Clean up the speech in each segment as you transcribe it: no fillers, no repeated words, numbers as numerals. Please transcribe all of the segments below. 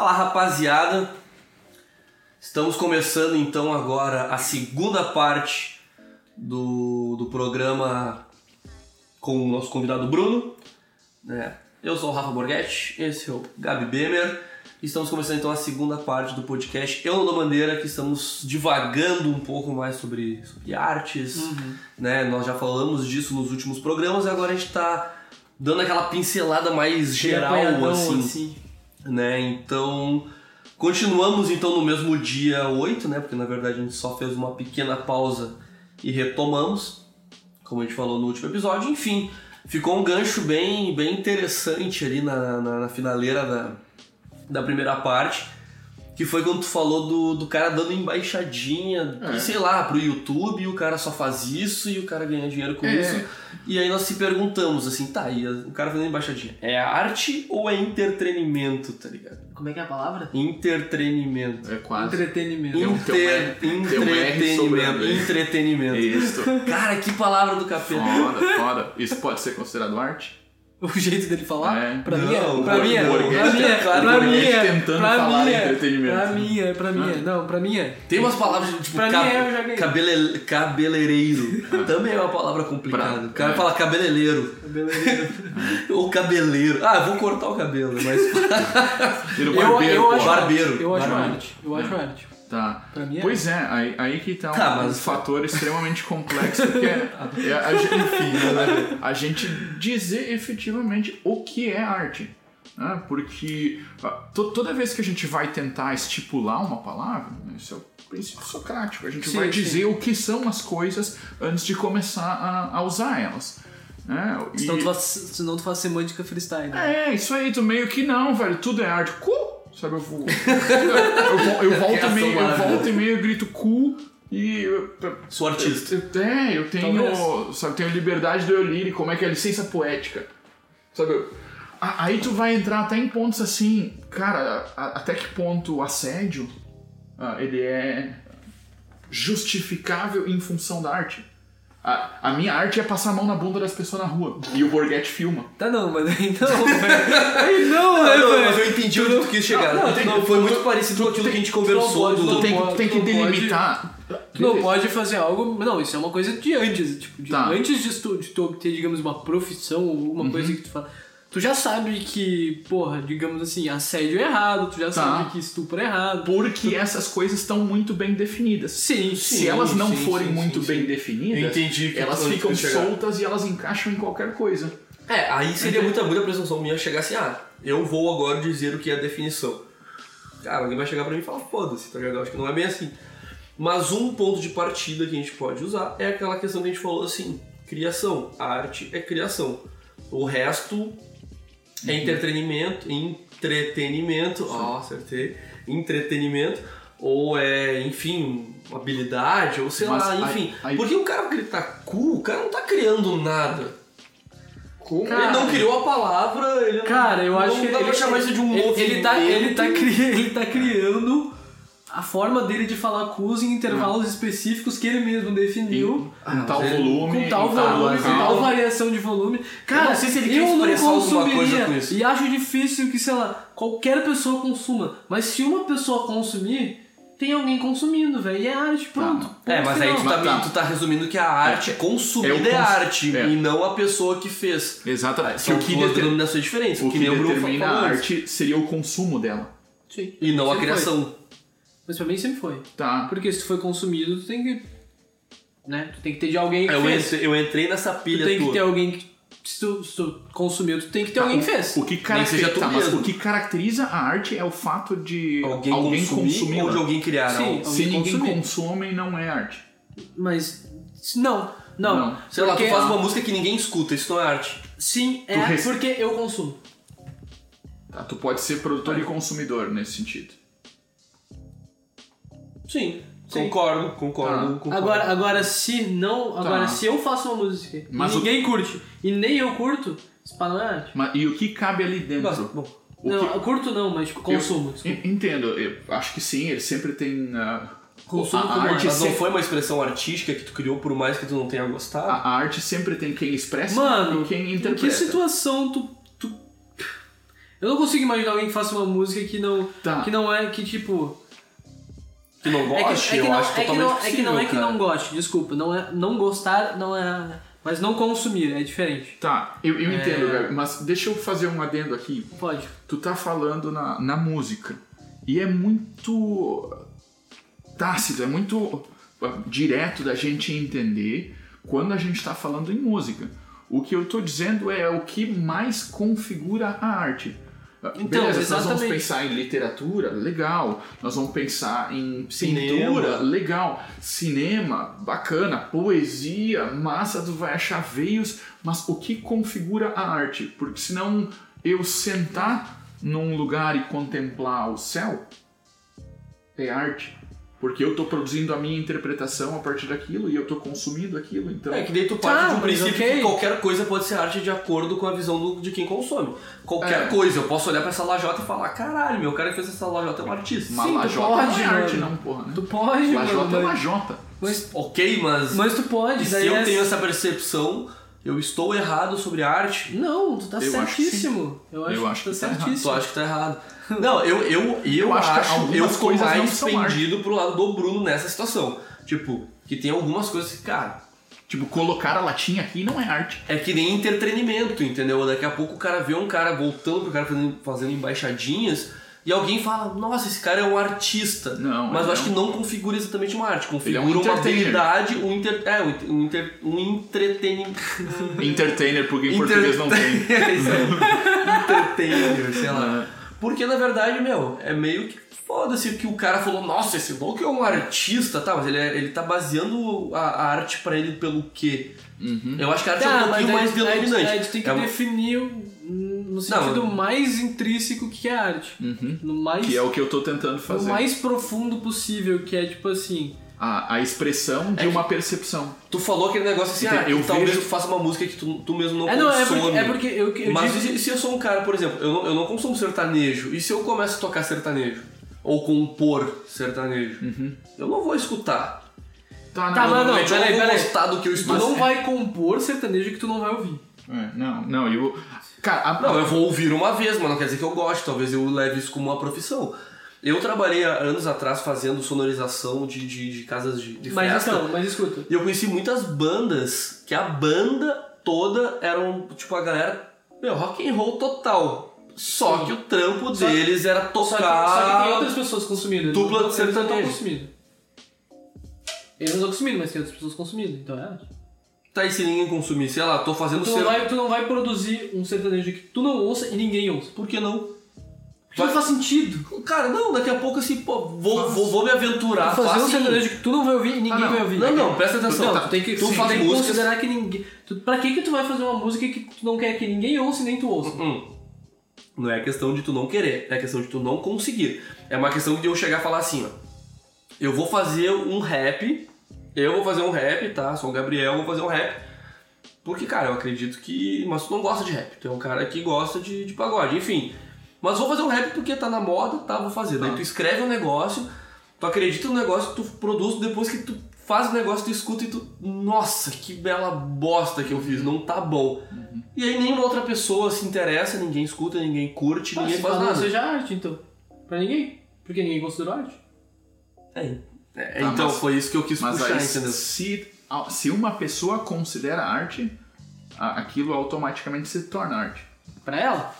Fala, rapaziada, estamos começando então agora a segunda parte do programa com o nosso convidado Bruno, né? Eu sou o Rafa Borghetti, esse é o Gabi Bemer. Estamos começando então a segunda parte do podcast Eu Não Dou Bandeira, que estamos divagando um pouco mais sobre artes, né? Nós já falamos disso nos últimos programas e agora a gente está dando aquela pincelada mais geral, assim, né? Então, continuamos então no mesmo dia 8, né? Porque na verdade a gente só fez uma pequena pausa e retomamos, como a gente falou no último episódio. Enfim, ficou um gancho bem interessante ali na finaleira da primeira parte, que foi quando tu falou do cara dando embaixadinha, e sei lá, pro YouTube, e o cara só faz isso e o cara ganha dinheiro com isso. E aí nós se perguntamos assim, tá, e o cara fazendo embaixadinha, é arte ou é entretenimento, tá ligado? Como é que é a palavra? Entretenimento. É quase. Entretenimento. Entretenimento. Isso. Cara, que palavra do capeta. Foda. Isso pode ser considerado arte? O jeito dele falar? É. Pra mim é. Tem umas palavras tipo cabeleireiro. Também é uma palavra complicada. O cara fala cabeleireiro. Ou cabeleiro. Ah, vou cortar o cabelo, mas... Barbeiro. Eu acho arte. Tá. Pra mim é. Pois é, aí que tá um fator extremamente complexo, que a gente dizer efetivamente o que é arte. Né? Porque toda vez que a gente vai tentar estipular uma palavra, né, isso é o princípio socrático, a gente vai dizer o que são as coisas antes de começar a usar elas. Né? Senão tu faz semântica freestyle. Né? É, isso aí, tu meio que não, velho, tudo é arte. Sabe, eu volto e meio, eu grito cool e... Sou artista. Eu tenho liberdade de eu ler, como é que é a licença poética. Sabe, aí tu vai entrar até em pontos assim, cara, até que ponto o assédio ele é justificável em função da arte. A minha arte é passar a mão na bunda das pessoas na rua. E o Borghetti filma. Tá não, mas aí não, mas eu entendi onde tu quis chegar. Não, foi muito parecido com aquilo que a gente conversou. Tu tem que delimitar. Tu não pode fazer algo... Não, isso é uma coisa de antes. Tipo, antes de tu obter, digamos, uma profissão ou alguma coisa que tu fala... Tu já sabe que, porra, digamos assim, assédio é errado, tu já sabe que estupro é errado. Porque essas coisas estão muito bem definidas. Se elas não forem muito bem definidas, elas ficam soltas e elas encaixam em qualquer coisa. Aí seria muita presunção minha chegar assim, eu vou agora dizer o que é a definição. Cara, alguém vai chegar pra mim e falar, foda-se, tá ligado? Eu acho que não é bem assim. Mas um ponto de partida que a gente pode usar é aquela questão que a gente falou assim, criação. A arte é criação. O resto... é entretenimento, acertei, entretenimento, ou enfim, habilidade, ou sei lá, enfim. Porque o cara gritar cool, o cara não tá criando nada. Cool, ele não criou a palavra, ele eu acho que ele chamar isso de um movimento. Ele tá criando a forma dele de falar cool em intervalos específicos que ele mesmo definiu. Com tal volume, com tal variação de volume. Cara, não sei se ele quer expressar alguma coisa com isso. E acho difícil que, sei lá, qualquer pessoa consuma. Mas se uma pessoa consumir, tem alguém consumindo, velho. E é arte, pronto. Mas aí tu tá resumindo que a arte consumida é arte, e não a pessoa que fez. Exatamente. São duas denominações diferentes. O que determina a arte seria o consumo dela. Sim. E não a criação. Mas pra mim sempre foi. Tá. Porque se tu foi consumido, tu tem que... né? Tu tem que ter de alguém que fez. Eu entrei nessa pilha tu tem que ter alguém que... Se tu consumiu, tu tem que ter alguém que fez. O que caracteriza a arte é o fato de alguém consumir ou de alguém criar. Sim, se ninguém consome, não é arte. Mas... Não. Sei lá, tu faz uma música que ninguém escuta, isso não é arte. Sim, porque eu consumo. Tá, tu pode ser produtor e consumidor nesse sentido. Sim. Concordo. Agora se eu faço uma música e ninguém curte e nem eu curto, isso não é arte. E o que cabe ali dentro? Eu curto não, mas consumo. Entendo, eu acho que sim, ele sempre tem... consumo a arte mas não foi uma expressão artística que tu criou por mais que tu não tenha gostado? A arte sempre tem quem expressa e quem interpreta. Em que situação tu... Eu não consigo imaginar alguém que faça uma música que não é que tipo... Que não goste, eu acho totalmente possível, é que não é que não goste, desculpa. Não gostar não é... Mas não consumir, é diferente. Tá, eu entendo, Gabi, mas deixa eu fazer um adendo aqui. Pode. Tu tá falando na música. E é muito tácito, é muito direto da gente entender quando a gente tá falando em música. O que eu tô dizendo é o que mais configura a arte. Então, beleza, exatamente. nós vamos pensar em literatura, legal. Nós vamos pensar em Cinema. pintura, legal. Cinema, bacana. Poesia, massa, tu vai achar veios. Mas o que configura a arte? Porque senão eu sentar num lugar e contemplar o céu é arte. Porque eu tô produzindo a minha interpretação a partir daquilo e eu tô consumindo aquilo, então... É que daí tu parte de um princípio que qualquer coisa pode ser arte de acordo com a visão de quem consome. Qualquer coisa, eu posso olhar pra essa lajota e falar, caralho, meu cara que fez essa lajota é um artista. Mas lajota não é arte não, porra, né? Tu pode, lajota é lajota. Mas tu pode. Se eu tenho essa percepção, eu estou errado sobre arte? Não, tu tá certíssimo. Eu acho que tu tá certíssimo. Tu acha que tá errado? Não, eu acho que eu estou mais pendido pro lado do Bruno nessa situação. Tipo, que tem algumas coisas que, cara... Tipo, colocar a latinha aqui não é arte. É que nem entretenimento, entendeu? Daqui a pouco o cara vê um cara voltando pro cara fazendo embaixadinhas e alguém fala, nossa, esse cara é um artista. Não, mas eu acho que não configura exatamente uma arte. Configura uma habilidade, um entretenimento. Entertainer, porque em português não tem. Entertainer, sei lá. Porque, na verdade, é meio que foda-se que o cara falou, nossa, esse louco é um artista, tá, mas ele tá baseando a arte pra ele pelo quê? Uhum. Eu acho que a arte é um pouquinho mais denominante. A gente tem que definir no sentido mais intrínseco que é arte. Uhum. No mais, que é o que eu tô tentando fazer. No mais profundo possível, que é tipo assim... A expressão de uma percepção. Tu falou aquele negócio assim, talvez tu faça uma música que tu mesmo não consome. É porque eu mas digo... se eu sou um cara, por exemplo, eu não consumo sertanejo, e se eu começo a tocar sertanejo? Ou compor sertanejo? Uhum. Eu não vou escutar. Mas não, peraí. Gostar do que eu escuto. Tu não vai compor sertanejo que tu não vai ouvir. Eu... Cara, eu vou ouvir uma vez, mas não quer dizer que eu goste. Talvez eu leve isso como uma profissão. Eu trabalhei há anos atrás fazendo sonorização de casas de festa. Mas escuta. E eu conheci muitas bandas que a banda toda eram, tipo, a galera, rock and roll total. Só que o trampo deles era tocar... Só que tem outras pessoas consumindo. Dupla de sertanejo. Eles não estão consumindo. Eles não estão consumindo, mas tem outras pessoas consumindo. Então é arte. Tá, e se ninguém consumir? Sei lá, tô fazendo... Tu não vai produzir um sertanejo que tu não ouça e ninguém ouça. Por que não? Não faz sentido. Cara, não, daqui a pouco assim, vou me aventurar. Fazer um sertanejo que tu não vai ouvir e ninguém vai ouvir. Não, presta atenção. Tu tem que considerar que ninguém... Pra que tu vai fazer uma música que tu não quer que ninguém ouça e nem tu ouça? Não é questão de tu não querer, é questão de tu não conseguir. É uma questão de eu chegar e falar assim, eu vou fazer um rap, tá? Sou o Gabriel, vou fazer um rap. Porque, cara, eu acredito que... Mas tu não gosta de rap, tu é um cara que gosta de pagode, enfim... Mas vou fazer um rap porque tá na moda, tá, vou fazer. Daí tu escreve um negócio, tu acredita no negócio, tu produz, depois que tu faz o negócio, tu escuta e tu... Nossa, que bela bosta que eu fiz, não tá bom. E aí nenhuma outra pessoa se interessa, ninguém escuta, ninguém curte, ninguém faz nada. Não seja arte, então. Pra ninguém. Porque ninguém considerou arte. Então, foi isso que eu quis puxar, aí, entendeu? Se uma pessoa considera arte, aquilo automaticamente se torna arte. Pra ela?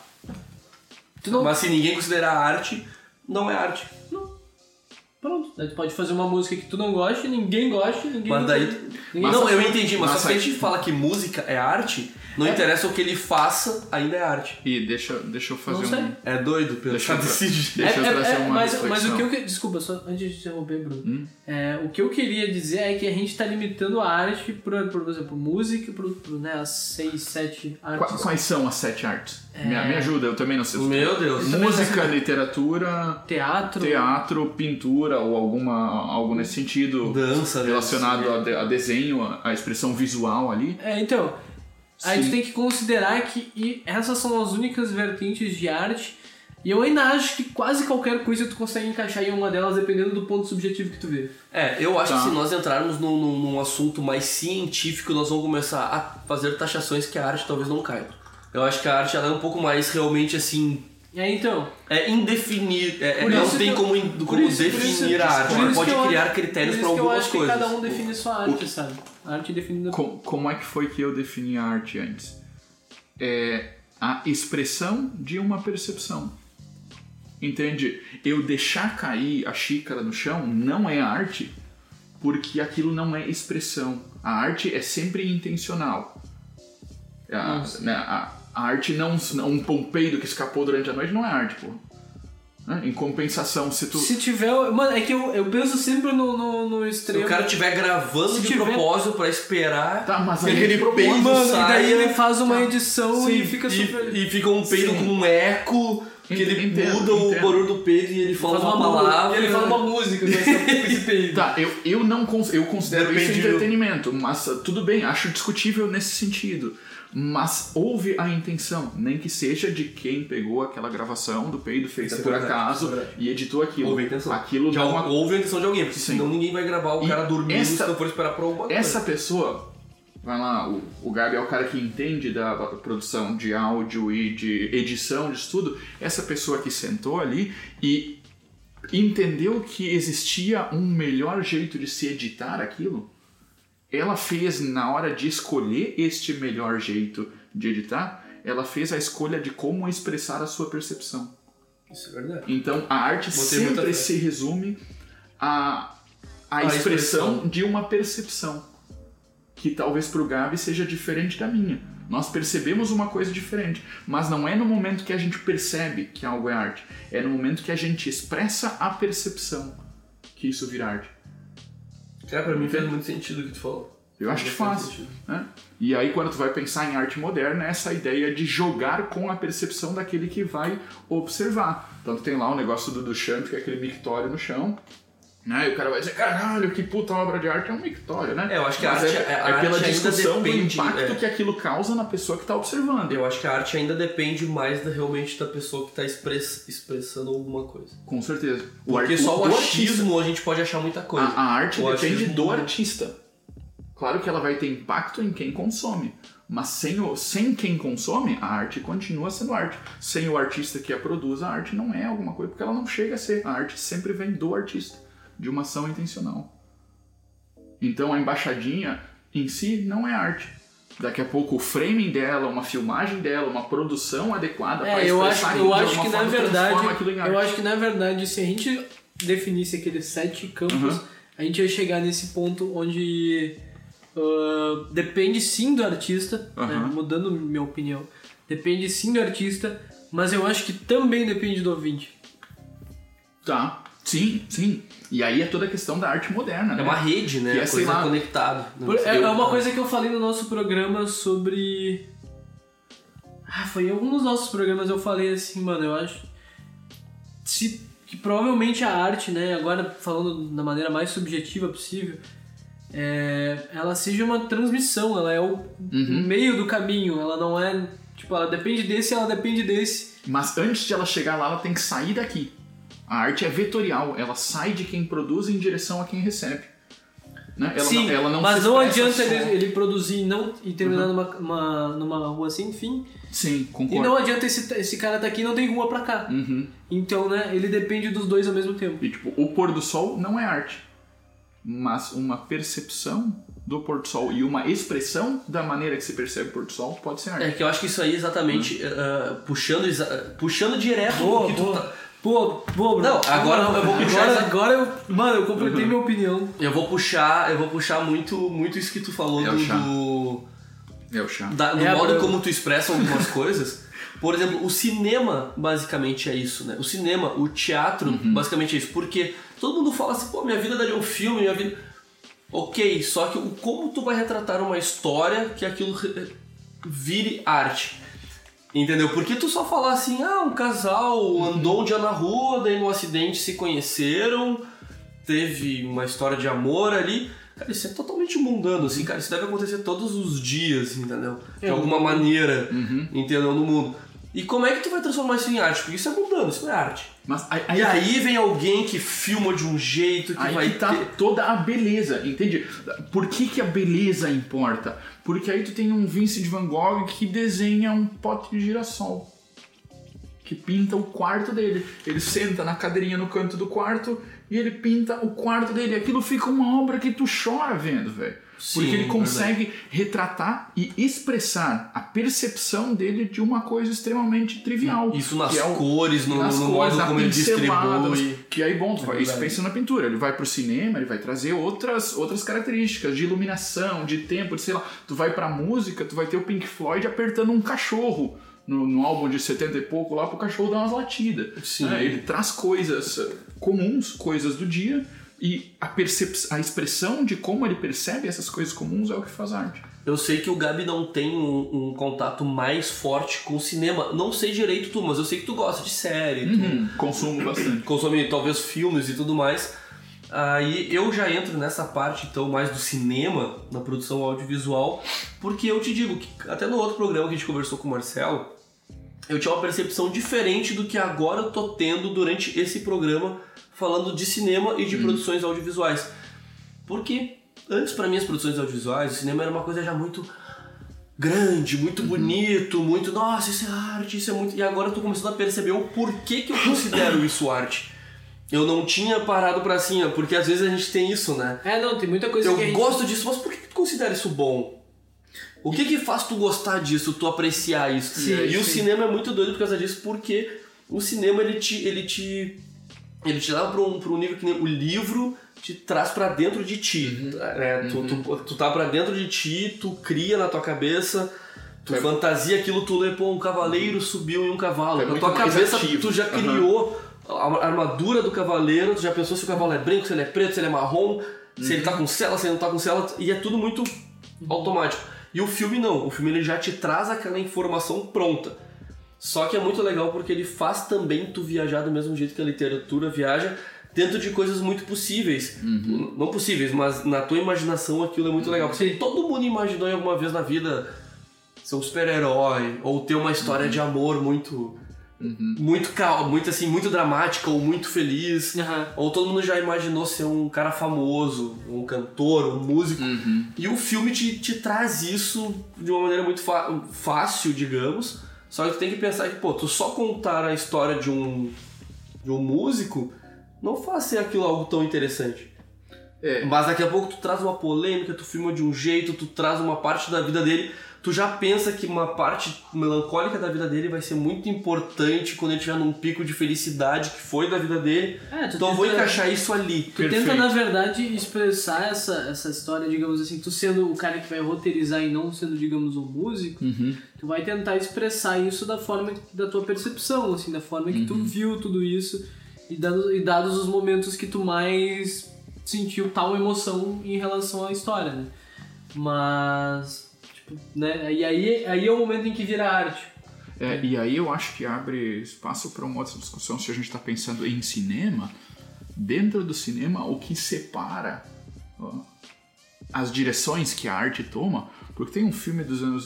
Mas se ninguém considerar arte, não é arte. Não. Pronto. Daí tu pode fazer uma música que tu não gosta, ninguém gosta, ninguém... Mas daí... eu entendi, mas se a gente fala que música é arte, não interessa o que ele faça, ainda é arte. E deixa eu fazer um... É doido, Pedro. Deixa eu trazer uma reflexão. Mas o que eu... Desculpa, só antes de interromper, Bruno. O que eu queria dizer é que a gente tá limitando a arte por exemplo, música, as 6, 7 artes. Quais são as 7 artes? Me ajuda, eu também não sei. Meu Deus. Música, literatura... Teatro, pintura ou algo nesse sentido. Dança. Relacionado a desenho, a expressão visual ali. Então... Aí tu tem que considerar que essas são as únicas vertentes de arte, e eu ainda acho que quase qualquer coisa tu consegue encaixar em uma delas dependendo do ponto subjetivo que tu vê. Eu acho que se nós entrarmos num assunto mais científico, nós vamos começar a fazer taxações que a arte talvez não caiba. Eu acho que a arte ela é um pouco mais realmente assim Então. É indefinir, não tem como definir a arte. Você pode criar critérios para algumas coisas. Eu acho que cada um define sua arte, sabe? A arte define... Como é que foi que eu defini a arte antes? É a expressão de uma percepção. Entende? Eu deixar cair a xícara no chão não é arte, porque aquilo não é expressão. A arte é sempre intencional. A arte não... Um peido que escapou durante a noite não é arte, pô. Em compensação, se tiver... Mano, é que eu penso sempre no extremo... Se o cara estiver gravando de propósito pra esperar... Tá, mas aquele peido mano, saia, e daí ele faz uma edição sim, e fica super... E fica um peido com um eco... Que ele muda o barulho do peido e ele fala uma palavra. E ele fala uma música com esse peido. Tá, eu considero isso entretenimento, mas tudo bem, acho discutível nesse sentido. Mas houve a intenção, nem que seja de quem pegou aquela gravação do peido feita por acaso e editou aquilo. Houve a intenção. Houve a intenção de alguém, porque senão ninguém vai gravar o cara dormindo se não for esperar por alguma coisa. Essa pessoa... Vai lá, o Gabi é o cara que entende da produção de áudio e de edição, disso tudo. Essa pessoa que sentou ali e entendeu que existia um melhor jeito de se editar aquilo, ela fez, na hora de escolher este melhor jeito de editar, ela fez a escolha de como expressar a sua percepção. Isso é verdade. Então a arte sempre se resume à expressão de uma percepção. Que talvez pro Gabi seja diferente da minha. Nós percebemos uma coisa diferente, mas não é no momento que a gente percebe que algo é arte, é no momento que a gente expressa a percepção que isso vira arte. Cara, pra mim faz muito sentido o que tu falou. Eu acho que faz. Né? E aí quando tu vai pensar em arte moderna, é essa ideia de jogar com a percepção daquele que vai observar. Então tem lá o negócio do Duchamp, que é aquele mictório no chão, né? E o cara vai dizer, caralho, que puta obra de arte, é um mictório, né? Eu acho que a arte é pela discussão do impacto que aquilo causa na pessoa que está observando. Eu acho que a arte ainda depende mais realmente da pessoa que está expressando alguma coisa. Com certeza. Porque só o achismo a gente pode achar muita coisa. A arte depende do artista. Claro que ela vai ter impacto em quem consome. Mas sem quem consome, a arte continua sendo arte. Sem o artista que a produz, a arte não é alguma coisa, porque ela não chega a ser. A arte sempre vem do artista. De uma ação intencional. Então a embaixadinha em si não é arte. Daqui a pouco o framing dela, uma filmagem dela, uma produção adequada para expressar eu acho que na verdade, eu acho que na verdade se a gente definisse aqueles 7 campos, a gente ia chegar nesse ponto onde depende sim do artista, né? Mudando minha opinião, depende sim do artista, mas eu acho que também depende do ouvinte. Tá. Sim. E aí é toda a questão da arte moderna, né? É uma rede, né? Que coisa conectada. É uma coisa que eu falei no nosso programa sobre... foi em algum dos nossos programas eu falei assim, mano, eu acho... que provavelmente a arte, né, agora falando da maneira mais subjetiva possível, ela seja uma transmissão, ela é o meio do caminho, ela não é... Tipo, ela depende desse, ela depende desse. Mas antes de ela chegar lá, ela tem que sair daqui. A arte é vetorial, ela sai de quem produz em direção a quem recebe. Né? Ela não mas não adianta ele produzir e terminar numa rua sem fim. Sim, concordo. E não adianta esse cara tá aqui e não tem rua pra cá. Então, né, ele depende dos dois ao mesmo tempo. E tipo, o pôr do sol não é arte, mas uma percepção do pôr do sol e uma expressão da maneira que se percebe o pôr do sol pode ser arte. É que eu acho que isso aí exatamente, puxando direto do que tu tá... Não, agora eu vou puxar. Eu completei minha opinião. Eu vou puxar muito isso que tu falou do modo como tu expressa algumas coisas. Por exemplo, o cinema basicamente é isso, né? O cinema, o teatro, basicamente é isso. Porque todo mundo fala assim, minha vida daria um filme, minha vida... Ok, só que como tu vai retratar uma história que aquilo vire arte? Entendeu? Porque tu só falar assim, um casal andou um dia na rua, daí num acidente se conheceram, teve uma história de amor ali. Cara, isso é totalmente mundano, assim, cara, isso deve acontecer todos os dias, entendeu? De alguma maneira, entendeu? No mundo. E como é que tu vai transformar isso em arte? Porque isso é mundano, isso não é arte. Mas aí vem alguém que filma de um jeito que aí vai que tá toda a beleza, entende? Por que a beleza importa? Porque aí tu tem um Vincent van Gogh que desenha um pote de girassol. que pinta o quarto dele. Ele senta na cadeirinha no canto do quarto e ele pinta o quarto dele. Aquilo fica uma obra que tu chora vendo, velho. Porque ele consegue retratar e expressar a percepção dele de uma coisa extremamente trivial. Isso nas cores, no modo como ele distribui. Que aí, bom, isso pensa na pintura. Ele vai pro cinema, ele vai trazer outras características de iluminação, de tempo, de sei lá. Tu vai pra música, tu vai ter o Pink Floyd apertando um cachorro no álbum de 70 e pouco lá pro cachorro dar umas latidas. Ele traz coisas comuns, coisas do dia. E a expressão de como ele percebe essas coisas comuns é o que faz arte. Eu sei que o Gabi não tem um contato mais forte com o cinema. Não sei direito tu, mas eu sei que tu gosta de série. Consumo bastante. Consome talvez filmes e tudo mais. Aí eu já entro nessa parte então mais do cinema, na produção audiovisual, porque eu te digo que até no outro programa que a gente conversou com o Marcelo, eu tinha uma percepção diferente do que agora eu tô tendo durante esse programa falando de cinema e de produções audiovisuais. Porque antes, para mim, as produções audiovisuais, o cinema era uma coisa já muito grande, muito bonito, muito... Nossa, isso é arte, isso é muito... E agora eu tô começando a perceber o porquê que eu considero isso arte. Eu não tinha parado pra assim, porque às vezes a gente tem isso, né? Não, tem muita coisa que a gente... gosto disso, mas por que tu considera isso bom? O que faz tu gostar disso, tu apreciar isso? Sim, o cinema é muito doido por causa disso, porque o cinema, ele te leva pra um nível que nem o livro te traz pra dentro de ti. Tu tá pra dentro de ti, tu cria na tua cabeça, tu fantasia aquilo, tu lê, um cavaleiro subiu em um cavalo. Na tua cabeça tu já criou a armadura do cavaleiro, tu já pensou se o cavalo é branco, se ele é preto, se ele é marrom, se ele tá com sela, se ele não tá com sela, e é tudo muito automático. E o filme não, o filme ele já te traz aquela informação pronta. Só que é muito legal porque ele faz também tu viajar do mesmo jeito que a literatura viaja, dentro de coisas muito possíveis. Não possíveis, mas na tua imaginação aquilo é muito legal. Porque todo mundo imaginou em alguma vez na vida ser um super-herói, ou ter uma história de amor muito assim, muito dramática, ou muito feliz. Ou todo mundo já imaginou ser um cara famoso, um cantor, um músico. E o filme te traz isso de uma maneira muito fácil, digamos. Só que tu tem que pensar que, tu só contar a história de um músico não faz ser aquilo algo tão interessante. Mas daqui a pouco tu traz uma polêmica, tu filma de um jeito, tu traz uma parte da vida dele, tu já pensa que uma parte melancólica da vida dele vai ser muito importante quando ele estiver num pico de felicidade que foi da vida dele. Então eu vou encaixar isso ali. Tu tenta, na verdade, expressar essa história, digamos assim, tu sendo o cara que vai roteirizar e não sendo, digamos, um músico, tu vai tentar expressar isso da forma da tua percepção, assim, da forma que tu viu tudo isso e dados os momentos que tu mais sentiu tal emoção em relação à história, né? Mas... né? E aí é o momento em que vira arte. E aí eu acho que abre espaço para uma outra discussão. Se a gente está pensando em cinema, dentro do cinema, o que separa as direções que a arte toma, porque tem um filme dos anos...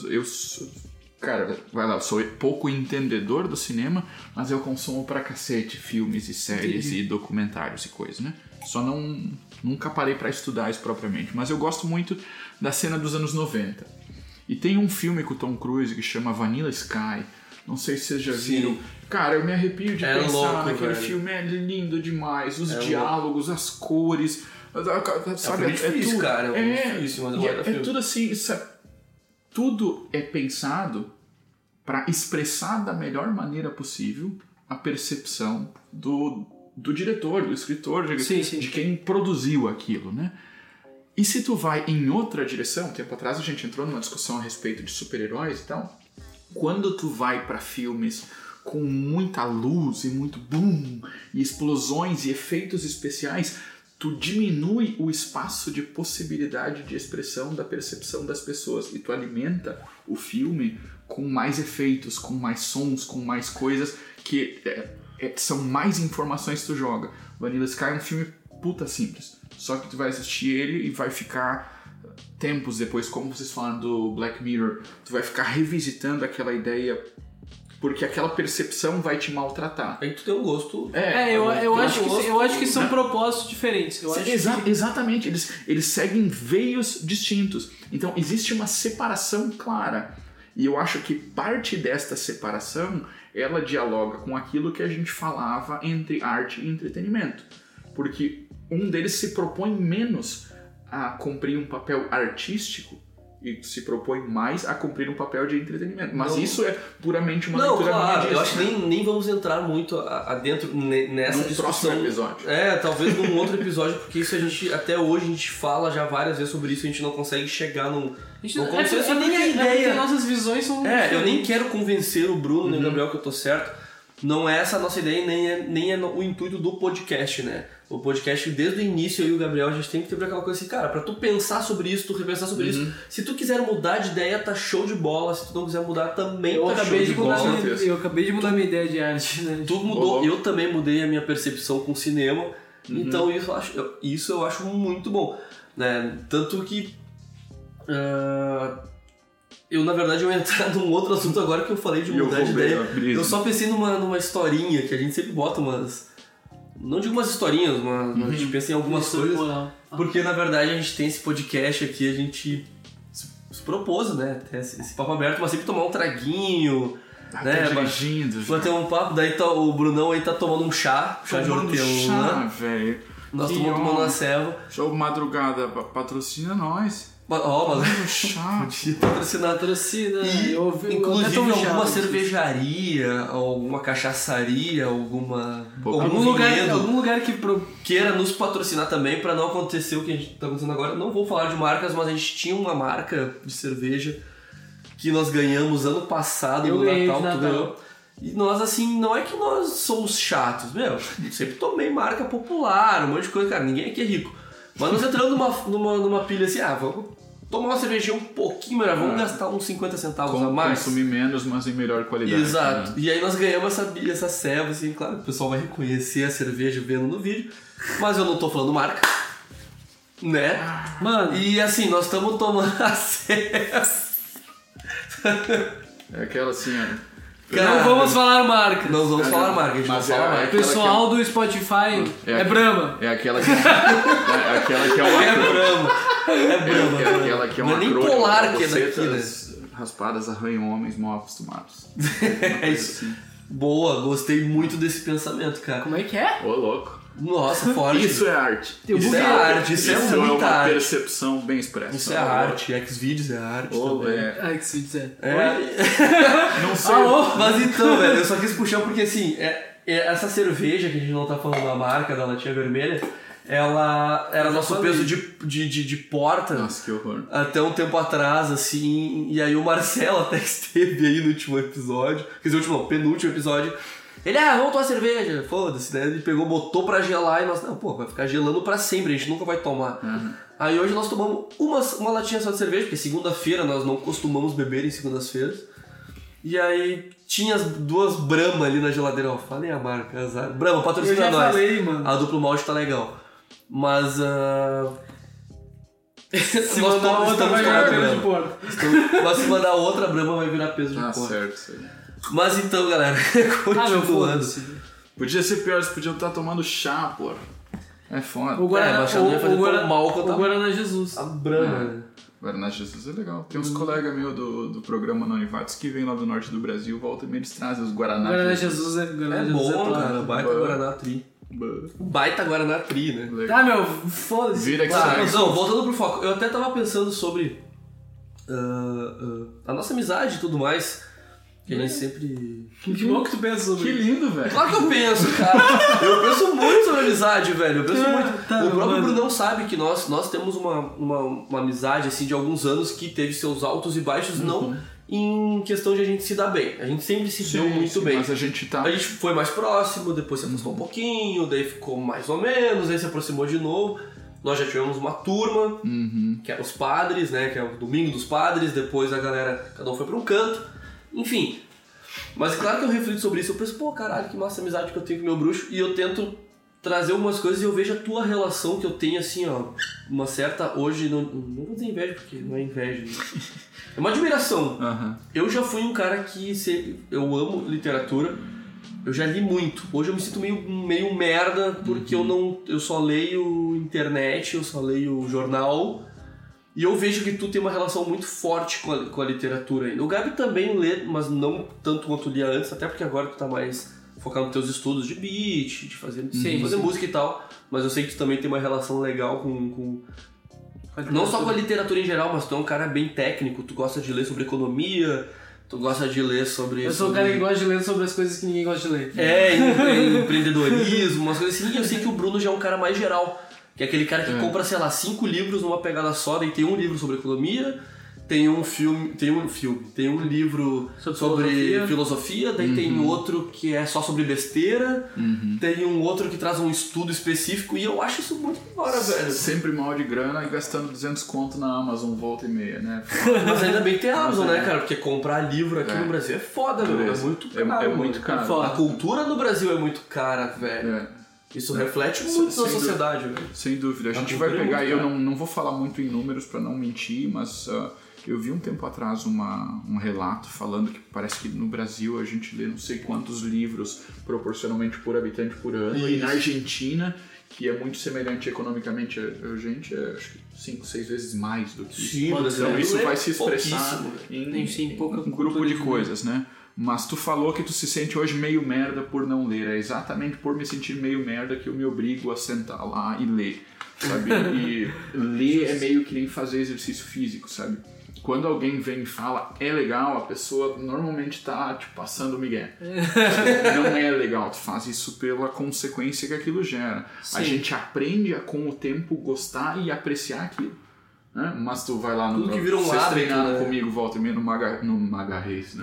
eu sou pouco entendedor do cinema, mas eu consumo pra cacete filmes e séries e documentários e coisas, né? Só nunca parei para estudar isso propriamente, mas eu gosto muito da cena dos anos 90. E tem um filme com o Tom Cruise que chama Vanilla Sky. Não sei se vocês já viram. Cara, eu me arrepio de pensar naquele filme. É lindo demais. Os diálogos, as cores. Sabe? É difícil, cara. É difícil, mas é tudo assim. Tudo é pensado para expressar da melhor maneira possível a percepção do diretor, do escritor, de quem produziu aquilo, né? E se tu vai em outra direção, tempo atrás a gente entrou numa discussão a respeito de super-heróis e tal, quando tu vai para filmes com muita luz e muito boom, e explosões e efeitos especiais, tu diminui o espaço de possibilidade de expressão da percepção das pessoas e tu alimenta o filme com mais efeitos, com mais sons, com mais coisas que são mais informações que tu joga. Vanilla Sky é um filme puta simples. Só que tu vai assistir ele e vai ficar tempos depois, como vocês falaram do Black Mirror, tu vai ficar revisitando aquela ideia porque aquela percepção vai te maltratar. Aí tu tem um gosto... Eu acho que são propósitos diferentes. Exatamente, eles seguem veios distintos. Então existe uma separação clara. E eu acho que parte desta separação ela dialoga com aquilo que a gente falava entre arte e entretenimento. Porque um deles se propõe menos a cumprir um papel artístico e se propõe mais a cumprir um papel de entretenimento. Mas isso é puramente uma leitura claro, minha. Eu acho que nem vamos entrar muito adentro nessa num discussão. próximo episódio. Talvez num outro episódio, porque isso até hoje a gente fala já várias vezes sobre isso, a gente não consegue chegar num consenso, nem a ideia. Nossas visões são... eu nem quero convencer o Bruno nem o Gabriel que eu tô certo. Não é essa a nossa ideia, nem é o intuito do podcast, né? O podcast, desde o início, eu e o Gabriel, a gente tem que ter aquela coisa assim, cara, pra tu pensar sobre isso, tu repensar sobre isso. Se tu quiser mudar de ideia, tá show de bola. Se tu não quiser mudar, também tá show de bola. Eu acabei de mudar minha ideia de arte, né? Tudo mudou. Eu também mudei a minha percepção com o cinema. Então isso eu acho muito bom. Né? Tanto que... eu, na verdade, eu ia entrar num outro assunto agora que eu falei de mudar de ideia. Eu só pensei numa historinha, que a gente sempre bota umas... Não digo umas historinhas, mas a gente pensa em algumas coisas. Porque, na verdade, a gente tem esse podcast aqui, a gente se propôs, né? Ter esse papo aberto, mas sempre tomar um traguinho, né? Dirigindo. Bater um papo, daí o Brunão aí tá tomando um chá de hortelã. Velho. Nós estamos tomando uma selva. Show Madrugada patrocina nós. Mas chá. Patrocina. Inclusive alguma cervejaria, alguma cachaçaria, algum lugar que queira nos patrocinar também, pra não acontecer o que a gente tá acontecendo agora. Não vou falar de marcas, mas a gente tinha uma marca de cerveja que nós ganhamos ano passado no Natal, tu ganhou. E nós, assim, não é que nós somos chatos, eu sempre tomei marca popular, um monte de coisa, cara, ninguém aqui é rico. Mas nós entrando numa pilha assim, vamos tomar uma cervejinha um pouquinho melhor, vamos gastar uns 50 centavos a mais. Consumir menos, mas em melhor qualidade. Exato. Né? E aí nós ganhamos essa serva, assim, claro, o pessoal vai reconhecer a cerveja vendo no vídeo, mas eu não tô falando marca, né? Mano. E assim, nós estamos tomando a serva. É aquela assim, ó. Não vamos falar marca. Não vamos falar marca, a gente não fala marca. O pessoal do Spotify é Brahma. É aquela que é uma É Brahma. É aquela que é uma não é nem polar que é daqui, né? Raspadas arranham homens mal acostumados. É isso. Assim. Boa, gostei muito desse pensamento, cara. Como é que é? Ô, louco. Nossa, forte. Isso é arte. Isso é arte. Isso é muita uma arte. Percepção bem expressa. Isso é arte. Xvideos é arte também. Xvideos Não sei. Mas então, velho, eu só quis puxar porque assim, essa cerveja que a gente não tá falando da marca, da latinha vermelha, ela era nosso peso de porta. Nossa, que horror. Até um tempo atrás, assim, e aí o Marcelo até que esteve aí no último episódio, quer dizer, penúltimo episódio. Ele, vamos tomar cerveja, foda-se, né? Ele pegou, botou pra gelar e nós, vai ficar gelando pra sempre, a gente nunca vai tomar. Aí hoje nós tomamos uma latinha só de cerveja, porque segunda-feira nós não costumamos beber em segundas-feiras. E aí tinha as duas Brahma ali na geladeira, falei a marca, azar. Brahma, patrocina nós. Falei, mano. A duplo malte tá legal. Mas, se mandar outra vai virar peso de porta. Mas se mandar outra Brahma vai virar peso de porta. Certo, isso aí. Mas então, galera, continuando. Podia ser pior, eles podiam estar tomando chá, porra. É foda. O Guaraná, mas não ia fazer tão mal quanto o Guaraná Jesus. A Brahma. Guaraná Jesus é legal. Tem uns colegas meus do programa Nonivatos que vem lá do norte do Brasil, volta e eles trazem os Guaraná. Guaraná Jesus é bom, cara. Baita Guaraná Tri. Baita Guaraná Tri, né? Legal. Foda-se. Vira que sai. Não, voltando pro foco. Eu até tava pensando sobre a nossa amizade e tudo mais. Que a gente sempre... Que bom que tu pensa sobre isso. Que lindo, velho. Claro que eu penso, cara. Eu penso muito sobre amizade, velho. Eu penso muito. O próprio Brunão sabe que nós temos uma amizade, assim, de alguns anos que teve seus altos e baixos, não em questão de a gente se dar bem. A gente sempre se deu muito bem. Mas a gente foi mais próximo, depois se afastou um pouquinho, daí ficou mais ou menos, aí se aproximou de novo. Nós já tivemos uma turma, que era os padres, né? Que é o Domingo dos Padres, depois a galera, cada um foi pra um canto. Enfim, mas claro que eu reflito sobre isso, eu penso, caralho, que massa amizade que eu tenho com o meu bruxo, e eu tento trazer algumas coisas e eu vejo a tua relação que eu tenho assim, uma certa, hoje, não vou dizer inveja, porque não é inveja, é uma admiração. Eu já fui um cara que eu amo literatura, eu já li muito, hoje eu me sinto meio merda, porque eu só leio internet, eu só leio jornal. E eu vejo que tu tem uma relação muito forte com a literatura ainda. O Gabi também lê, mas não tanto quanto lia antes, até porque agora tu tá mais focado nos teus estudos de beat, de fazer música e tal. Mas eu sei que tu também tem uma relação legal com não só com a literatura em geral, mas tu é um cara bem técnico, tu gosta de ler sobre economia, tu gosta de ler sobre... Eu sou um cara que gosta de ler sobre as coisas que ninguém gosta de ler. Empreendedorismo, umas coisas assim. E eu sei que o Bruno já é um cara mais geral. Que é aquele cara que compra, sei lá, 5 livros numa pegada só, daí tem um livro sobre economia, tem um livro sobre filosofia, daí tem outro que é só sobre besteira, tem um outro que traz um estudo específico, e eu acho isso muito da hora, velho. Sempre mal de grana e gastando 200 conto na Amazon, volta e meia, né? Mas ainda bem que tem Amazon, né, cara? Porque comprar livro aqui no Brasil é foda, velho. É muito caro. É muito caro. A cultura no Brasil é muito cara, velho. Isso reflete muito na sociedade, velho. Sem dúvida. A gente vai pegar, eu não vou falar muito em números para não mentir, mas eu vi um tempo atrás um relato falando que parece que no Brasil a gente lê não sei quantos livros proporcionalmente por habitante por ano. Isso. E na Argentina, que é muito semelhante economicamente a gente, acho que 5, 6 vezes mais do que isso. Sim, então isso vai se expressar em um grupo de coisas, né? Mas tu falou que tu se sente hoje meio merda por não ler. É exatamente por me sentir meio merda que eu me obrigo a sentar lá e ler, sabe? E ler é meio que nem fazer exercício físico, sabe? Quando alguém vem e fala é legal, a pessoa normalmente tá tipo, passando migué. Não é legal, tu faz isso pela consequência que aquilo gera. Sim. A gente aprende a com o tempo gostar e apreciar aquilo. Mas tu vai lá no... Vocês treinaram comigo, volta e meia, no Mega Race, né?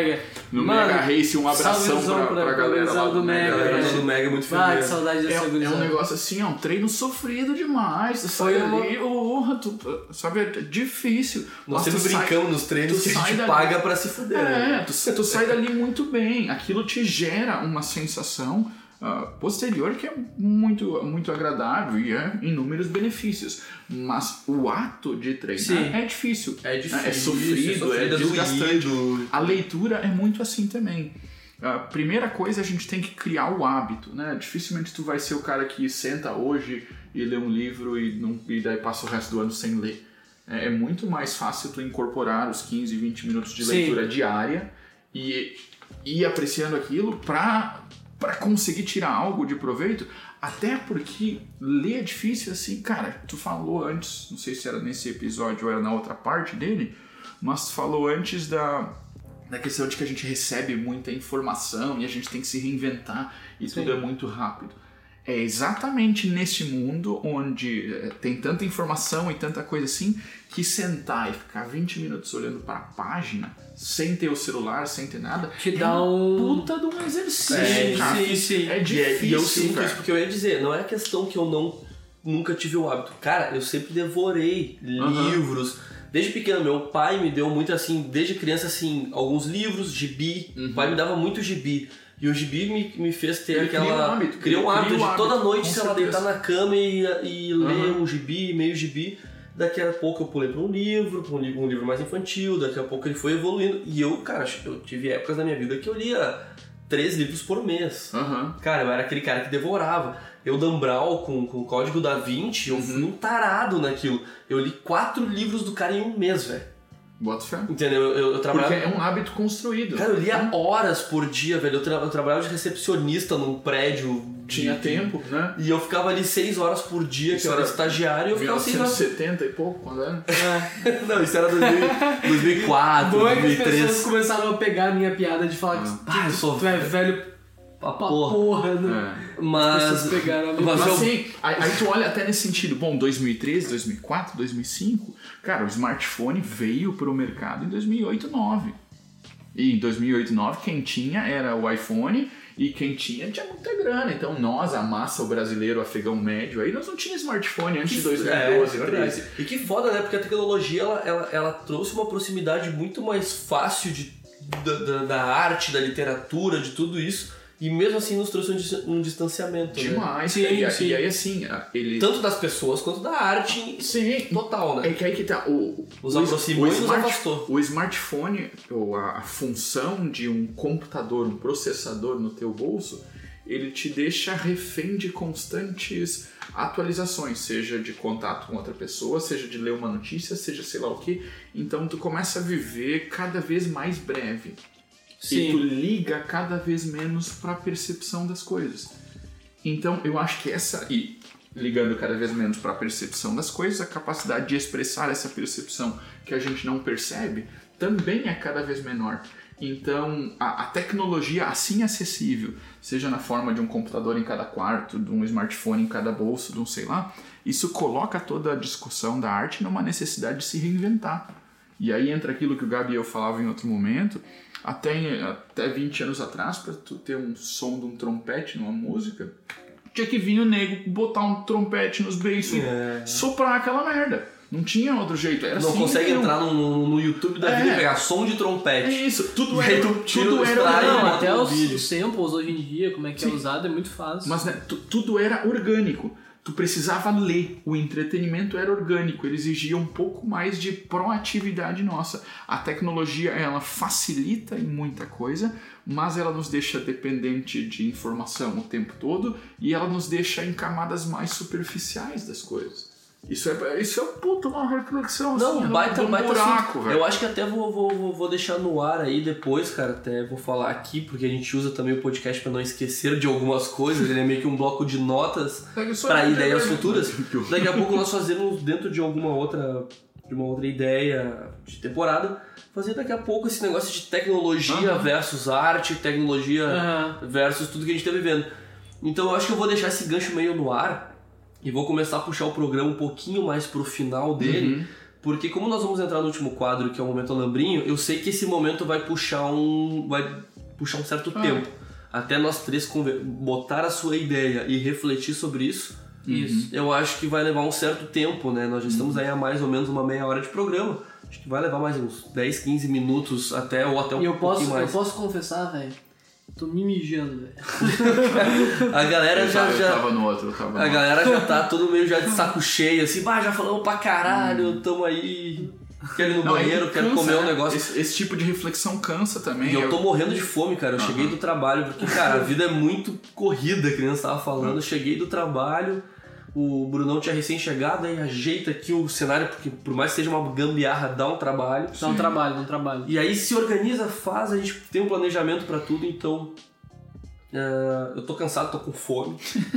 No Mega Race, um abração pra galera lá do Mega. A galera do Mega é muito feliz. Que saudade dessa gurizada. É um negócio assim, um treino sofrido demais. Tu sai ali, sabe, é difícil. Nós sempre brincamos nos treinos que a gente paga pra se fuder. Tu sai dali muito bem. Aquilo te gera uma sensação... posterior que é muito, muito agradável e é inúmeros benefícios, mas o ato de treinar é difícil, é sofrido, é desgastante. A leitura é muito assim também. A primeira coisa, a gente tem que criar o hábito, né? Dificilmente tu vai ser o cara que senta hoje e lê um livro e daí passa o resto do ano sem ler. É muito mais fácil tu incorporar os 15, 20 minutos de leitura diária e ir apreciando aquilo para conseguir tirar algo de proveito, até porque ler é difícil assim, cara, tu falou antes, não sei se era nesse episódio ou era na outra parte dele, mas tu falou antes da questão de que a gente recebe muita informação e a gente tem que se reinventar e tudo é muito rápido. É exatamente nesse mundo onde tem tanta informação e tanta coisa assim, que sentar e ficar 20 minutos olhando para a página, sem ter o celular, sem ter nada, te dá um puta de um exercício. Sim. É difícil. E eu sinto isso porque eu ia dizer, não é questão que eu nunca tive o hábito. Cara, eu sempre devorei livros. Desde pequeno, meu pai me deu muito assim, desde criança, assim, alguns livros, gibi. O pai me dava muito gibi. E o gibi me fez ter criou um hábito de toda noite, sei lá, deitar na cama e ler um gibi, meio gibi. Daqui a pouco eu pulei para um livro mais infantil, daqui a pouco ele foi evoluindo. E eu, cara, eu tive épocas na minha vida que eu lia 3 livros por mês. Cara, eu era aquele cara que devorava. Eu, Dan Brown, com o Código da Vinci, eu fui um tarado naquilo. Eu li 4 livros do cara em um mês, velho. Bota fé. Entendeu? Eu trabalhava... Porque é um hábito construído. Cara, eu lia horas por dia, velho. Eu trabalhava de recepcionista num prédio. Tinha tempo, né? E eu ficava ali 6 horas por dia, que eu era estagiário, e eu ficava 6 horas... 1970 e pouco, quando era? Não, isso era 2004, Bom, 2003. As pessoas começaram a pegar a minha piada de falar que tu é velho pra porra, né? Mas assim, aí tu olha até nesse sentido. Bom, 2013, 2004, 2005, cara, o smartphone veio pro mercado em 2008, 2009. E em 2008, 2009, quem tinha era o iPhone e quem tinha muita grana. Então nós, a massa, o brasileiro, o afegão médio, aí nós não tínhamos smartphone antes de 2012, 2013. E que foda, né? Porque a tecnologia, ela trouxe uma proximidade muito mais fácil da arte, da literatura, de tudo isso. E mesmo assim nos trouxe um distanciamento. Demais. Né? E aí assim, ele... Tanto das pessoas quanto da arte total, né? É que aí que tá. Nos aproximou e nos afastou. O smartphone, ou a função de um computador, um processador no teu bolso, ele te deixa refém de constantes atualizações, seja de contato com outra pessoa, seja de ler uma notícia, seja sei lá o que. Então tu começa a viver cada vez mais breve. Sim. E tu liga cada vez menos para a percepção das coisas. Então eu acho que e ligando cada vez menos para a percepção das coisas, a capacidade de expressar essa percepção que a gente não percebe também é cada vez menor. Então, a tecnologia assim acessível, seja na forma de um computador em cada quarto, de um smartphone em cada bolso, de um sei lá, isso coloca toda a discussão da arte numa necessidade de se reinventar. E aí entra aquilo que o Gabi e eu falava em outro momento, até 20 anos atrás, para tu ter um som de um trompete numa música, tinha que vir o nego botar um trompete nos beiços e soprar aquela merda. Não tinha outro jeito. Era não assim, consegue entrar no YouTube da vida e pegar som de trompete. É isso. Tudo era não, até os samples hoje em dia, como é que é usado, é muito fácil. Mas né, tudo era orgânico. Tu precisava ler. O entretenimento era orgânico. Ele exigia um pouco mais de proatividade nossa. A tecnologia, ela facilita em muita coisa, mas ela nos deixa dependente de informação o tempo todo e ela nos deixa em camadas mais superficiais das coisas. Isso é puta uma reflexão. Não, assim, baita buraco, velho. Eu acho que até vou deixar no ar aí depois, cara. Até vou falar aqui, porque a gente usa também o podcast pra não esquecer de algumas coisas. Ele é meio que um bloco de notas para ideias futuras. Daqui a pouco nós fazemos dentro de uma outra ideia de temporada, fazer daqui a pouco esse negócio de tecnologia versus arte, tecnologia versus tudo que a gente tá vivendo. Então eu acho que eu vou deixar esse gancho meio no ar e vou começar a puxar o programa um pouquinho mais pro final dele, porque como nós vamos entrar no último quadro, que é o Momento Alambrinho, eu sei que esse momento vai puxar um certo tempo. Até nós três botar a sua ideia e refletir sobre isso, eu acho que vai levar um certo tempo, né? Nós já estamos aí há mais ou menos uma meia hora de programa. Acho que vai levar mais uns 10, 15 minutos ou até um pouquinho mais. Eu posso confessar, velho? Tô me mijando, velho. A galera eu tava no outro. A galera já tá todo meio já de saco cheio, assim, já falamos pra caralho, tamo aí. Quero ir no banheiro, quero comer um negócio. Esse tipo de reflexão cansa também. E eu tô morrendo de fome, cara. Eu cheguei do trabalho, porque, cara, a vida é muito corrida, a criança tava falando. Eu cheguei do trabalho, o Brunão tinha recém-chegado, aí ajeita aqui o cenário, porque por mais que seja uma gambiarra, dá um trabalho. Dá um trabalho. E aí se organiza, faz, a gente tem um planejamento pra tudo, então... eu tô cansado, tô com fome.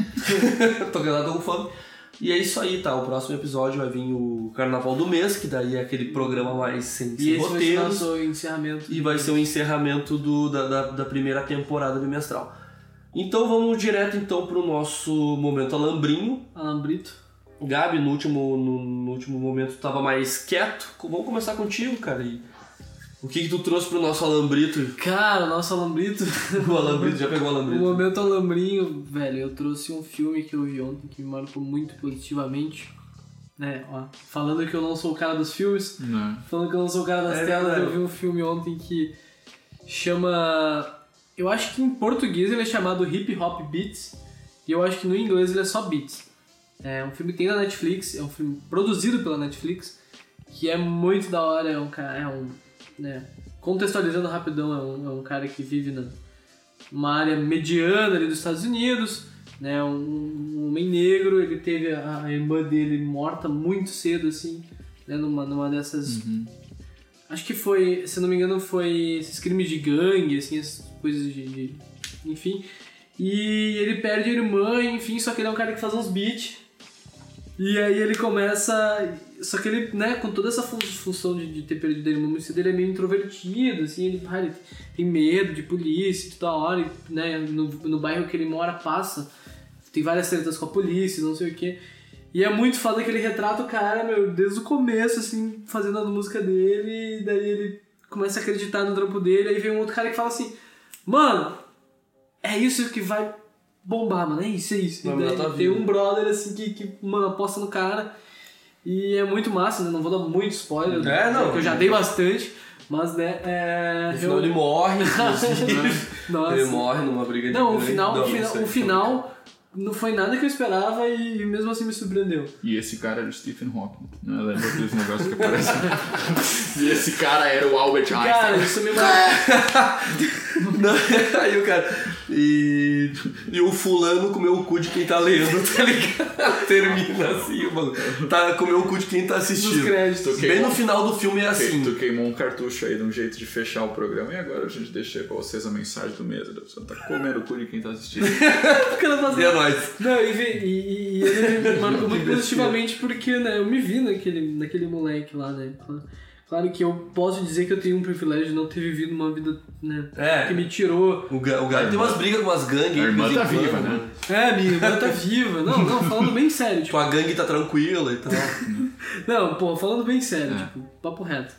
tô com fome. E é isso aí, tá? O próximo episódio vai vir o Carnaval do Mês, que daí é aquele programa mais sem roteiros. Vai ser o nosso encerramento. E vai ser o encerramento da primeira temporada bimestral. Então vamos direto então pro nosso momento alambrinho. Alambrito. Gabi, no último momento tu tava mais quieto. Vamos começar contigo, cara. E o que tu trouxe pro nosso alambrito? Cara, o nosso alambrito... O alambrito, já pegou o alambrito? O momento alambrinho, velho, eu trouxe um filme que eu vi ontem que me marcou muito positivamente. Né, ó, falando que eu não sou o cara dos filmes, falando que eu não sou o cara das telas, eu vi um filme ontem que chama... Eu acho que em português ele é chamado Hip Hop Beats e eu acho que no inglês ele é só Beats. É um filme que tem na Netflix, é um filme produzido pela Netflix, que é muito da hora, contextualizando rapidão, é um cara que vive numa área mediana ali dos Estados Unidos, né, um homem negro, ele teve a irmã dele morta muito cedo, assim, né, numa dessas... Acho que foi, se não me engano, foi esses crimes de gangue, assim, essas coisas de... Enfim. E ele perde a irmã, enfim, só que ele é um cara que faz uns beats. E aí ele começa... Só que ele, né, com toda essa função de ter perdido a irmã muito cedo, ele é meio introvertido, assim, ele tem medo de polícia toda hora, e, né, no bairro que ele mora tem várias tretas com a polícia, não sei o quê. E é muito foda que ele retrata o cara, desde o começo, assim, fazendo a música dele, e daí ele começa a acreditar no trampo dele, aí vem um outro cara que fala assim, mano, é isso que vai bombar, mano, é isso. E daí tem um brother, assim, que mano, aposta no cara, e é muito massa, né, não vou dar muito spoiler, porque eu já dei bastante, mas, né, no final ele morre, Nossa. Ele morre numa briga de Não, o final... Não foi nada que eu esperava e mesmo assim me surpreendeu. E esse cara era o Stephen Hawking. Não lembra aqueles negócios que aparecem? E esse cara era o Albert Einstein. Cara, isso me Aí o cara... E o fulano comeu o cu de quem tá lendo, tá ligado? Termina assim, mano. Tá, comeu o cu de quem tá assistindo. Nos créditos. Bem no final do filme é assim. Tu queimou um cartucho aí de um jeito de fechar o programa e agora a gente deixa aí pra vocês a mensagem do mês. Você tá comendo o cu de quem tá assistindo. E é nóis. Não, e ele me marcou muito positivamente porque, né, eu me vi naquele moleque lá, né? Claro que eu posso dizer que eu tenho um privilégio de não ter vivido uma vida, né, que me tirou. O Gary tem umas brigas com umas gangues. A irmã tá viva, né? Minha irmã tá viva. Não, falando bem sério. Tipo, a gangue tá tranquila e tal. Não, pô, falando bem sério, tipo, papo reto.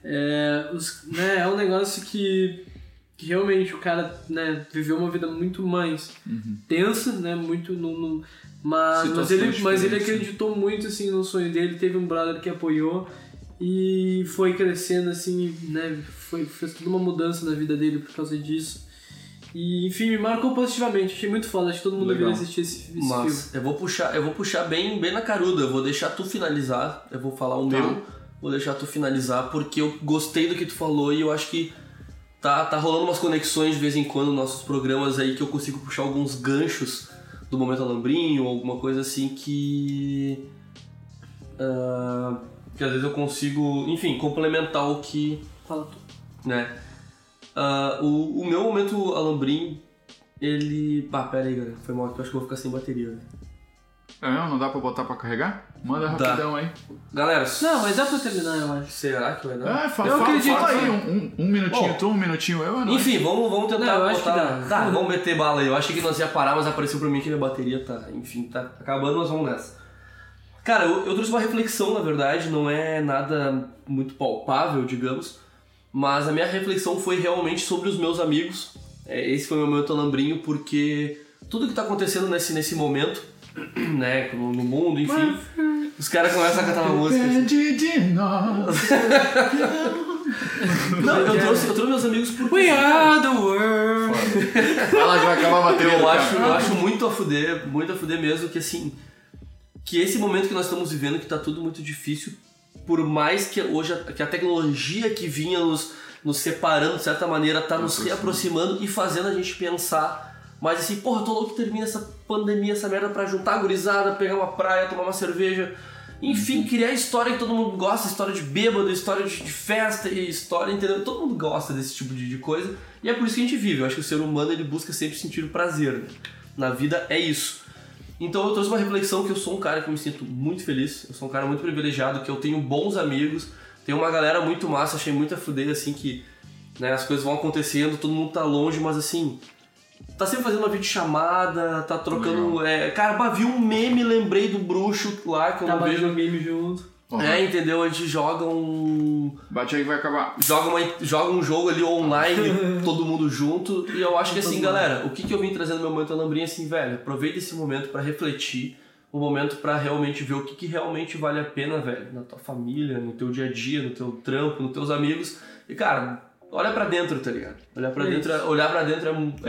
É um negócio que realmente o cara, né, viveu uma vida muito mais tensa, né, muito mas ele acreditou muito, assim, no sonho dele, teve um brother que apoiou e foi crescendo, assim, né, fez toda uma mudança na vida dele por causa disso. E, enfim, me marcou positivamente, achei muito foda, acho que todo mundo deveria assistir esse filme. Mas eu vou puxar bem na caruda, eu vou deixar tu finalizar, eu vou falar o meu, vou deixar tu finalizar, porque eu gostei do que tu falou e eu acho que tá rolando umas conexões de vez em quando nos nossos programas aí que eu consigo puxar alguns ganchos do Momento Alambrinho, ou alguma coisa assim que às vezes eu consigo, enfim, complementar o que... Fala tu. Né? O meu Momento Alambrinho, ele... pera aí, galera, foi mal que eu acho que eu vou ficar sem bateria. Não dá pra botar pra carregar? Manda rapidão aí. Galera... Não, mas dá pra terminar, eu acho. Será que vai dar? Fala aí, um minutinho tu, um minutinho eu. Enfim, vamos tentar eu acho que dá. Tá, vamos meter bala aí. Eu achei que nós ia parar, mas apareceu pra mim que minha bateria tá acabando, nós vamos nessa. Cara, eu trouxe uma reflexão, na verdade, não é nada muito palpável, digamos, mas a minha reflexão foi realmente sobre os meus amigos. Esse foi o meu momento alambrinho, porque tudo que tá acontecendo nesse momento, né, no mundo, enfim, os caras começam a cantar uma música. Assim. Não, eu trouxe meus amigos porque... We are the world! Fala que vai acabar a bateria. Eu acho muito a fuder mesmo, que assim... que esse momento que nós estamos vivendo, que tá tudo muito difícil, por mais que hoje que a tecnologia que vinha nos separando de certa maneira, tá nos reaproximando e fazendo a gente pensar, mas assim, porra, eu tô louco que termine essa pandemia, essa merda, pra juntar a gurizada, pegar uma praia, tomar uma cerveja, enfim, criar a história que todo mundo gosta, história de bêbado, história de festa, história, entendeu? Todo mundo gosta desse tipo de coisa, e é por isso que a gente vive. Eu acho que o ser humano, ele busca sempre sentir o prazer, né? Na vida é isso. Então eu trouxe uma reflexão que eu sou um cara que eu me sinto muito feliz, eu sou um cara muito privilegiado, que eu tenho bons amigos, tenho uma galera muito massa, achei muito a fuder, assim, que, né, as coisas vão acontecendo, todo mundo tá longe, mas assim, tá sempre fazendo uma videochamada, tá trocando... cara, vi um meme, lembrei do bruxo lá, que eu não vejo... um game junto. Entendeu? A gente joga um... Bate aí que vai acabar. Joga um jogo ali online, todo mundo junto. E eu acho que assim, galera, o que eu vim trazendo no meu momento alambrinho, assim, velho, aproveita esse momento pra refletir, um momento pra realmente ver o que realmente vale a pena, velho, na tua família, no teu dia a dia, no teu trampo, nos teus amigos. E, cara, olha pra dentro, tá ligado? Olhar pra dentro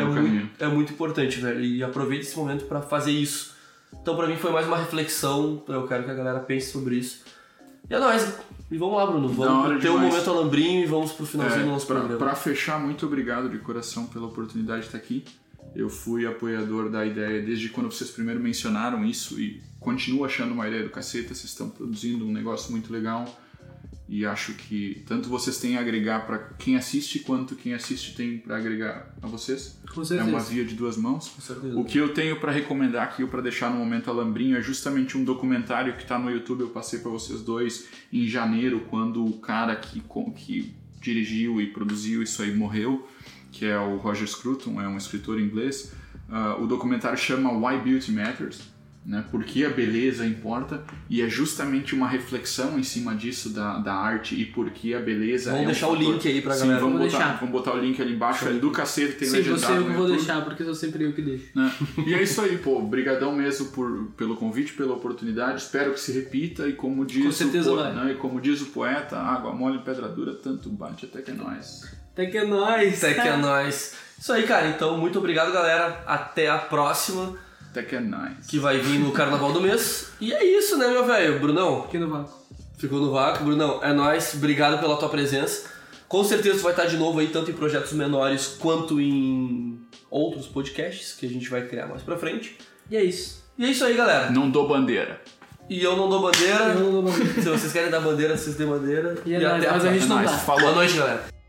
é muito importante, velho. E aproveita esse momento pra fazer isso. Então, pra mim, foi mais uma reflexão. Eu quero que a galera pense sobre isso. E é nóis. E vamos lá, Bruno. Vamos ter um momento alambrinho e vamos pro finalzinho do nosso programa. Pra fechar, muito obrigado de coração pela oportunidade de estar aqui. Eu fui apoiador da ideia desde quando vocês primeiro mencionaram isso e continuo achando uma ideia do caceta. Vocês estão produzindo um negócio muito legal e acho que tanto vocês têm a agregar para quem assiste quanto quem assiste tem para agregar a vocês. Com certeza. É uma via de duas mãos. Com certeza. O que eu tenho para recomendar aqui ou para deixar no momento alambrinho é justamente um documentário que está no YouTube. Eu passei para vocês dois em janeiro, quando o cara que dirigiu e produziu isso aí morreu, que é o Roger Scruton, é um escritor inglês. O documentário chama Why Beauty Matters, né? Por que a beleza importa, e é justamente uma reflexão em cima disso da arte e por que a beleza vamos deixar o link aí pra galera. Vamos botar o link ali embaixo, é do cacete, tem legendado. Sim, você eu vou deixar, porque sou sempre eu que deixo. Né? E é isso aí, pô, brigadão mesmo pelo convite, pela oportunidade, espero que se repita e como diz, com certeza vai. Né? E como diz o poeta, água mole e pedra dura, tanto bate até que é nóis. Até que é nóis. Até que é nóis. Isso aí, cara, então muito obrigado, galera, até a próxima. Até que é nice. Que vai vir no carnaval do mês. E é isso, né, meu velho? Brunão? Fiquei no vácuo. Ficou no vácuo. Brunão, é nóis. Obrigado pela tua presença. Com certeza tu vai estar de novo aí, tanto em projetos menores quanto em outros podcasts que a gente vai criar mais pra frente. E é isso. E é isso aí, galera. Não dou bandeira. E eu não dou bandeira. Eu não dou bandeira. Se vocês querem dar bandeira, vocês dêem bandeira. E até mas a gente não dá. Falou. Boa noite, galera.